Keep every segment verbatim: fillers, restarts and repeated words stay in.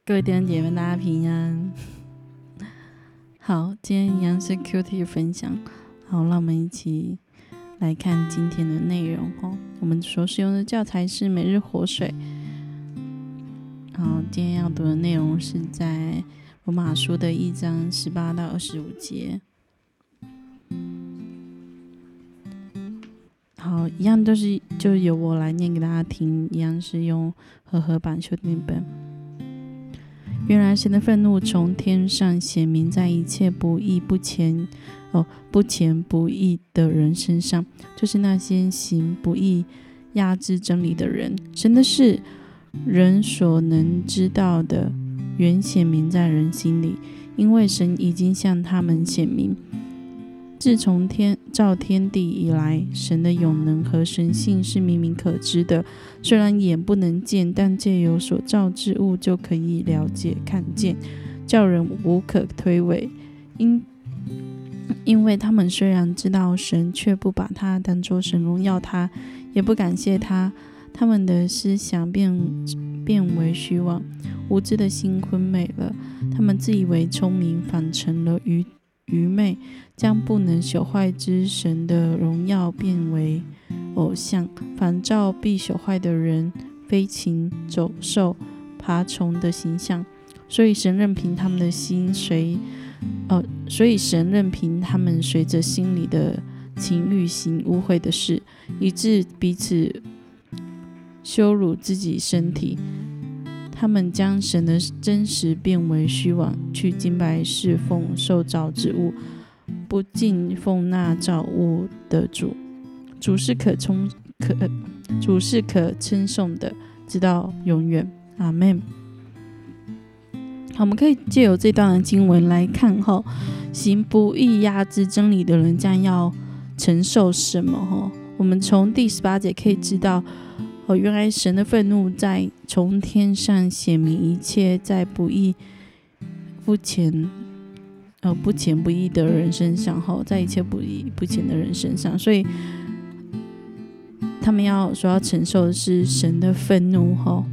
各位弟兄姐妹，大家平安。好，今天一样是 Q T 分享。好，让我们一起来看今天的内容。我们所使用的教材是每日活水。好，今天要读的内容是在罗马书的一章十八到二十五节。好，一样都是就由我来念给大家听，一样是用和合版修订本。原来神的愤怒从天上显明在一切不义不虔哦不虔不义的人身上，就是那些行不义压制真理的人。神的事人所能知道的原显明在人心里，因为神已经向他们显明。自从天造天地以来，神的永能和神性是明明可知的，虽然眼不能见，但借由所造之物就可以了解看见，叫人无可推诿。因因为他们虽然知道神，却不把他当作神，荣耀他，也不感谢他，他们的思想变变为虚妄，无知的心昏昧了，他们自以为聪明，反成了愚愚昧，将不能朽坏之神的荣耀变为偶像，反照必朽坏的人、飞禽、走兽、爬虫的形象。所以神任凭他们的心随，呃，所以神任凭他们随着心里的情欲行污秽的事，以致彼此羞辱自己身体。他们将神的真实变为虚妄，去敬拜侍奉受造之物，不敬奉那造物的主。主是可称可主是可称颂的，直到永远。阿们。好，我们可以借由这段的经文来看后，行不义压制真理的人将要承受什么？我们从第十八节可以知道。哦，原来神的愤怒在从天上显明一切在不义不虔呃不虔不义的人身上，后在一切不义不虔的人身上，所以他们要所要承受的是神的愤怒后，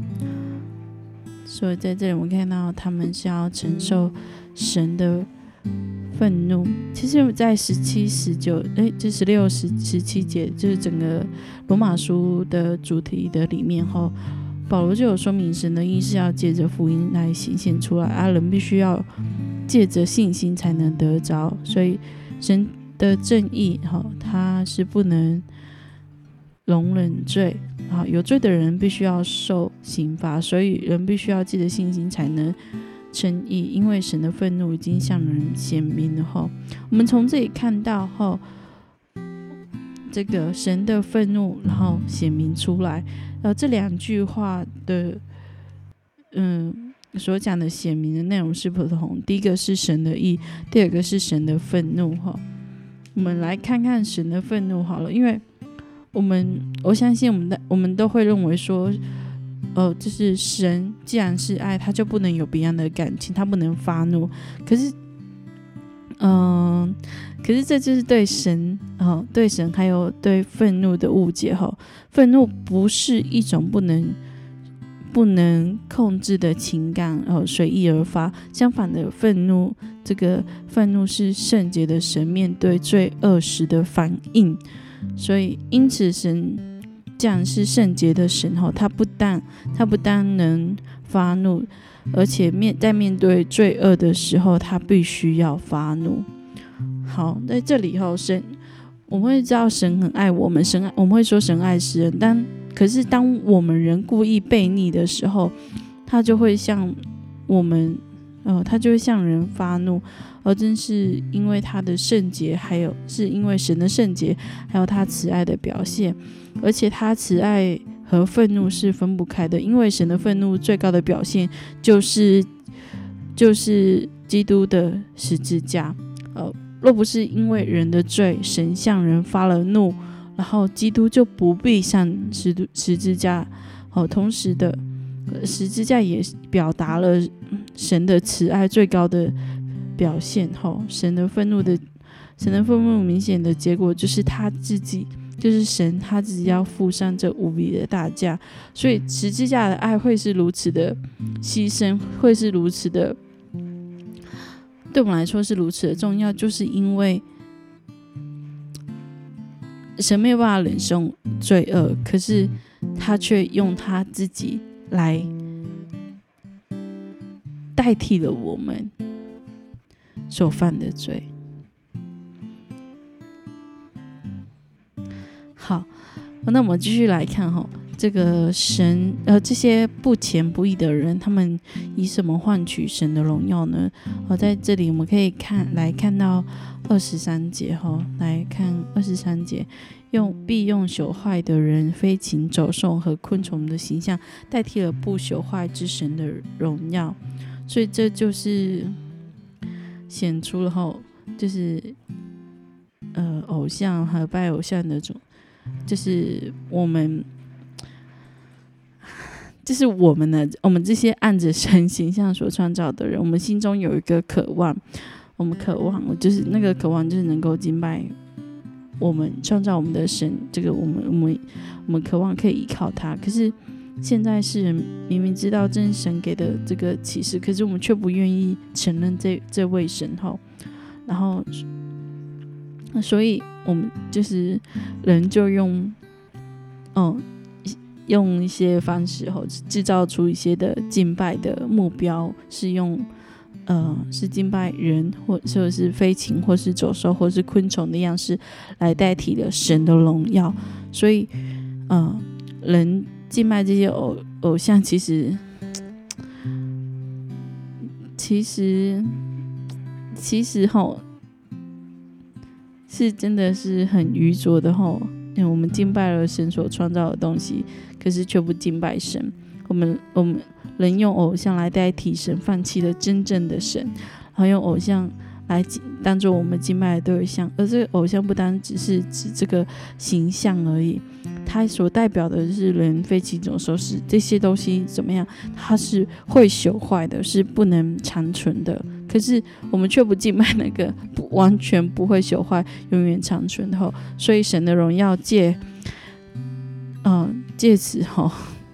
所以在这里我们看到他们是要承受神的愤怒。其实在十七、十九、哎，这十六、十十七节，就是整个罗马书的主题的里面后，保罗就有说明神的意是要借着福音来显现出来，啊，人必须要借着信心才能得着。所以神的正义，他是不能容忍罪，有罪的人必须要受刑罚，所以人必须要借着信心才能称义，因为神的愤怒已经向人显明了后，我们从这里看到后，这个神的愤怒然后显明出来，呃，这两句话的嗯所讲的显明的内容是不同。第一个是神的义，第二个是神的愤怒哈。我们来看看神的愤怒好了，因为我们我相信我们的我们都会认为说。呃，就是神既然是爱，他就不能有别样的感情，他不能发怒。可是，嗯、呃，可是这就是对神，呃，对神还有对愤怒的误解哈。愤怒不是一种不能不能控制的情感，呃，随意而发。相反的，愤怒这个愤怒是圣洁的神面对罪恶时的反应。所以，因此神。这样是圣洁的神，他不但他不但能发怒，而且面在面对罪恶的时候，他必须要发怒。好，在这里后，神我们会知道神很爱我们，神我们会说神爱世人，但可是当我们人故意悖逆的时候，他就会向我们，呃，他就会向人发怒。而正是因为他的圣洁，还有是因为神的圣洁，还有他慈爱的表现，而且他慈爱和愤怒是分不开的。因为神的愤怒最高的表现就是就是基督的十字架。呃，若不是因为人的罪，神向人发了怒，然后基督就不必上十十字架。哦，同时的十字架也表达了神的慈爱最高的。表现后，神的愤怒的神的愤怒明显的结果就是他自己就是神他自己要付上这无比的大价，所以十字架的爱会是如此的牺牲，会是如此的，对我们来说是如此的重要，就是因为神没有办法忍受罪恶，可是他却用他自己来代替了我们所犯的罪。好，那我们继续来看哈，这个神呃这些不虔不义的人，他们以什么换取神的荣耀呢？哦，在这里我们可以看来看到二十三节哈，来看二十三节，用必用朽坏的人、飞禽走兽和昆虫的形象，代替了不朽坏之神的荣耀。所以这就是显出了后，就是呃偶像和拜偶像的种，就是我们。就是我们呢，我们这些按着神形象所创造的人，我们心中有一个渴望，我们渴望，就是那个渴望，就是能够敬拜我们创造我们的神。这个我们我们我们渴望可以依靠他。可是现在世人明明知道这是神给的这个启示，可是我们却不愿意承认这这位神后，然后，所以我们就是人就用，哦。用一些方式后制造出一些的敬拜的目标，是用呃是敬拜人或者是飞禽或是走兽或是昆虫的样式来代替了神的荣耀。所以呃人敬拜这些 偶, 偶像其实其实其实吼是真的是很愚拙的吼。我们敬拜了神所创造的东西，可是却不敬拜神。我们我们人用偶像来代替神，放弃了真正的神，然后用偶像来当作我们敬拜的对象。而这个偶像不单只是指这个形象而已，它所代表的是人、飞禽走兽，是这些东西怎么样？它是会朽坏的，是不能长存的。可是我们却不敬拜那个不完全不会朽坏、永远长存的后，所以神的荣耀借，呃，借此哈，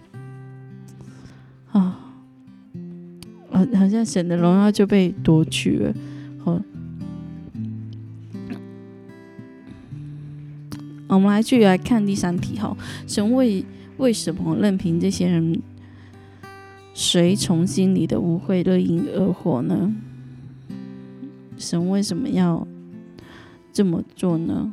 啊，呃，好像神的荣耀就被夺取了，哦。我们来继续来看第三题哈，神为为什么任凭这些人随从心里的污秽热因而活呢？神为什么要这么做呢？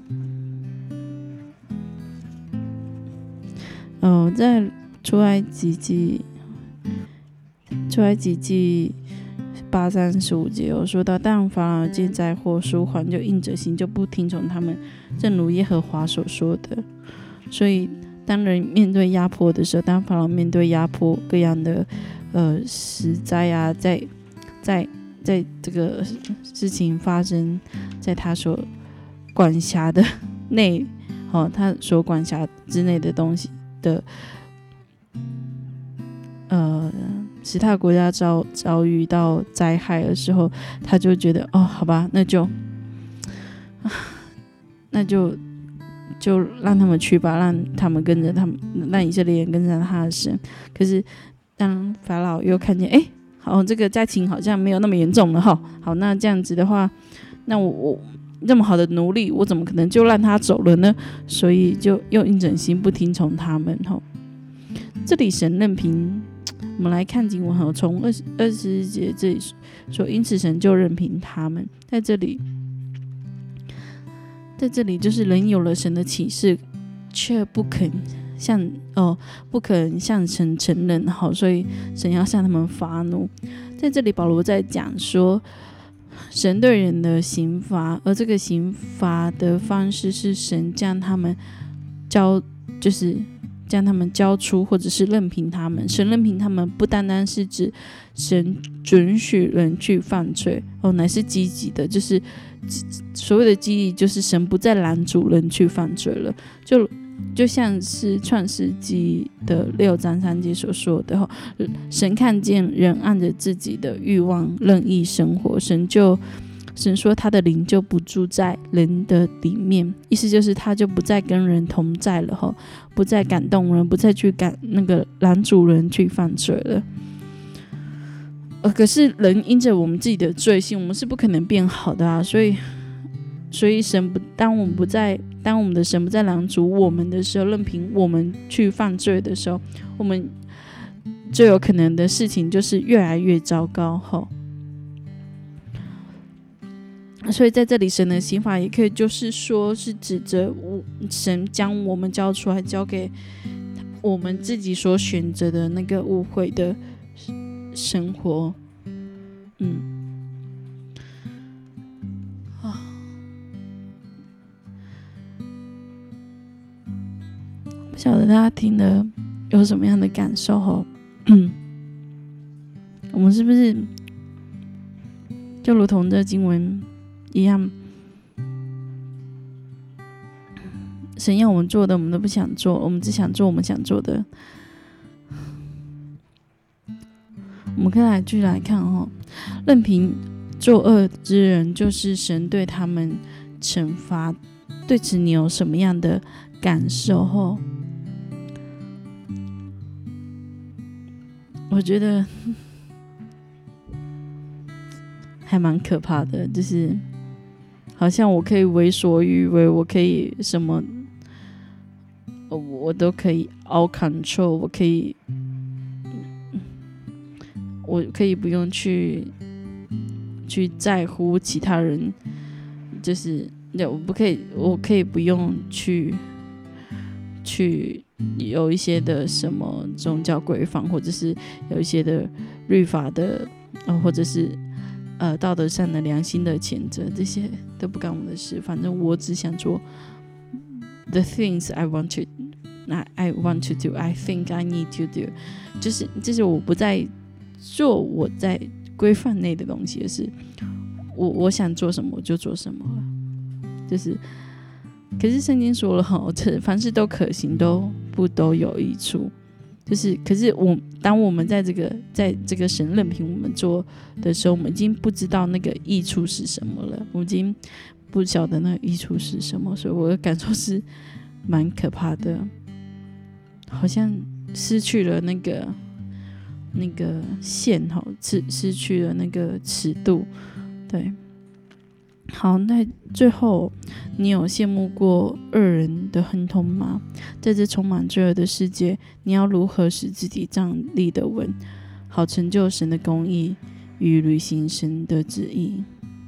呃，在出埃及记出埃及记八章十五节有说到，但法老见灾祸舒缓，就硬着心，就不听从他们，正如耶和华所说的。所以当人面对压迫的时候，当法老面对压迫各样的呃实灾啊，在在在这个事情发生在他所管辖的内，哦，他所管辖之内的东西的，呃，使他国家遭遭遇到灾害的时候，他就觉得哦，好吧，那就，那就就让他们去吧，让他们跟着他们，让以色列人跟着他的神。可是当法老又看见，哎。好，这个灾情好像没有那么严重了哈。好，那这样子的话，那我我这么好的奴隶，我怎么可能就让他走了呢？所以就又硬整心不听从他们哈。这里神任凭，我们来看经文哈，从二十二十节这里说，因此神就任凭他们。在这里，在这里就是人有了神的启示，却不肯。向哦，不肯向神承认，好，所以神要向他们发怒。在这里，保罗在讲说，神对人的刑罚，而这个刑罚的方式是神将他们交，就是将他们交出，或者是任凭他们。神任凭他们，不单单是指神准许人去犯罪，哦，乃是积极的，就是所谓的积极，就是神不再拦阻人去犯罪了，就。就像是创世纪的六章三节所说的，神看见人按着自己的欲望任意生活，神就神说他的灵就不住在人的里面，意思就是他就不再跟人同在了吼，不再感动人，不再去感那个拦阻人去犯罪了。呃，可是人因着我们自己的罪性，我们是不可能变好的啊，所以，所以神不，当我们不在，当我们的神不再拦阻我们的时候，任凭我们去犯罪的时候，我们最有可能的事情就是越来越糟糕吼。所以在这里，神的刑罚也可以就是说是指着神将我们交出来，交给我们自己所选择的那个污秽的生活。嗯，啊，不晓得大家听了有什么样的感受吼？我们是不是就如同这经文一样，神要我们做的我们都不想做，我们只想做我们想做的。我们可以来继续来看哦，任凭作恶之人，就是神对他们惩罚。对此你有什么样的感受哦？我觉得还蛮可怕的，就是好像我可以为所欲为，我可以什么，我都可以 all control， 我可以，我可以不用去去在乎其他人，就是我不可以，我可以不用去去有一些的什么宗教规范，或者是有一些的律法的，呃、或者是呃道德上的良心的谴责，这些都不干我的事。反正我只想做 the things I want to I, I want to do I think I need to do， 就是就是我不再做我在规范内的东西，就是我我想做什么我就做什么了。就是可是圣经说了哈，凡事都可行，都不都有益处。就是可是我当我们在这个在这个神任凭我们做的时候，我们已经不知道那个益处是什么了，我们已经不晓得那个益处是什么，所以我的感受是蛮可怕的，好像失去了那个那个线哈，失失去了那个尺度，对。好，那最后，你有羡慕过恶人的亨通吗？在这充满罪恶的世界，你要如何使自己站立得稳，好成就神的公义与履行神的旨意？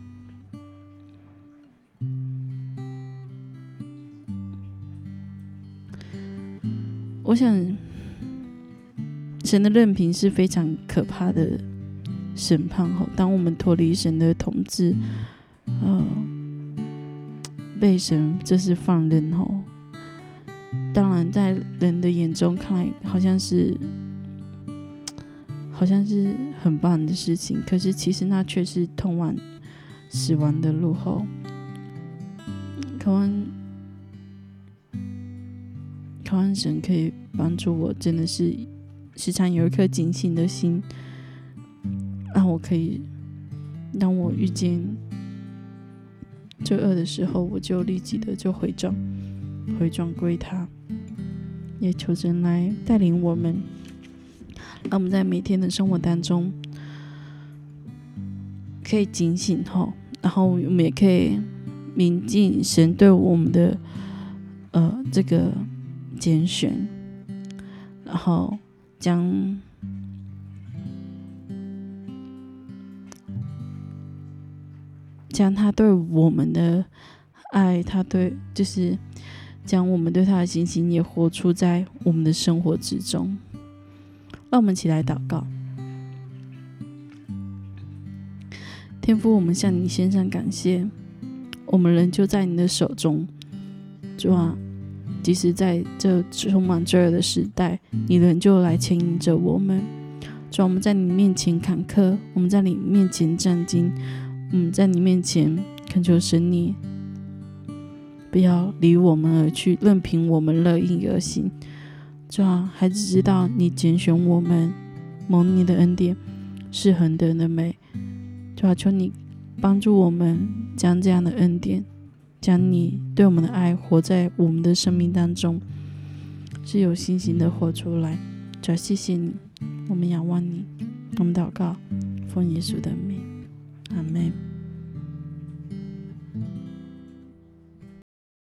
我想，神的任凭是非常可怕的审判。当我们脱离神的统治，呃，被神这是放任吼，当然在人的眼中看来好像是好像是很棒的事情，可是其实那却是通往死亡的路吼。渴望渴望神可以帮助我，真的是时常有一颗警醒的心，让我可以让我遇见罪恶的时候，我就立即的就回转回转归他。也求神来带领我们，让我们在每天的生活当中可以警醒后，然后我们也可以铭记神对我们的呃这个拣选，然后将将他对我们的爱，他对就是将我们对他的信心也活出在我们的生活之中。让我们一起来祷告。天父，我们向你献上感谢，我们人就在你的手中。主啊，即使在这充满罪恶的时代，你仍旧来牵引着我们。主啊，我们在你面前坎坷，我们在你面前战兢，我们在你面前恳求神你不要离我们而去，任凭我们乐意而行。主啊，孩子知道你拣选我们，蒙你的恩典是何等的美。主啊，求你帮助我们将这样的恩典，将你对我们的爱活在我们的生命当中，是有信心的活出来。主要谢谢你，我们仰望你，我们祷告，奉耶稣的名，阿们。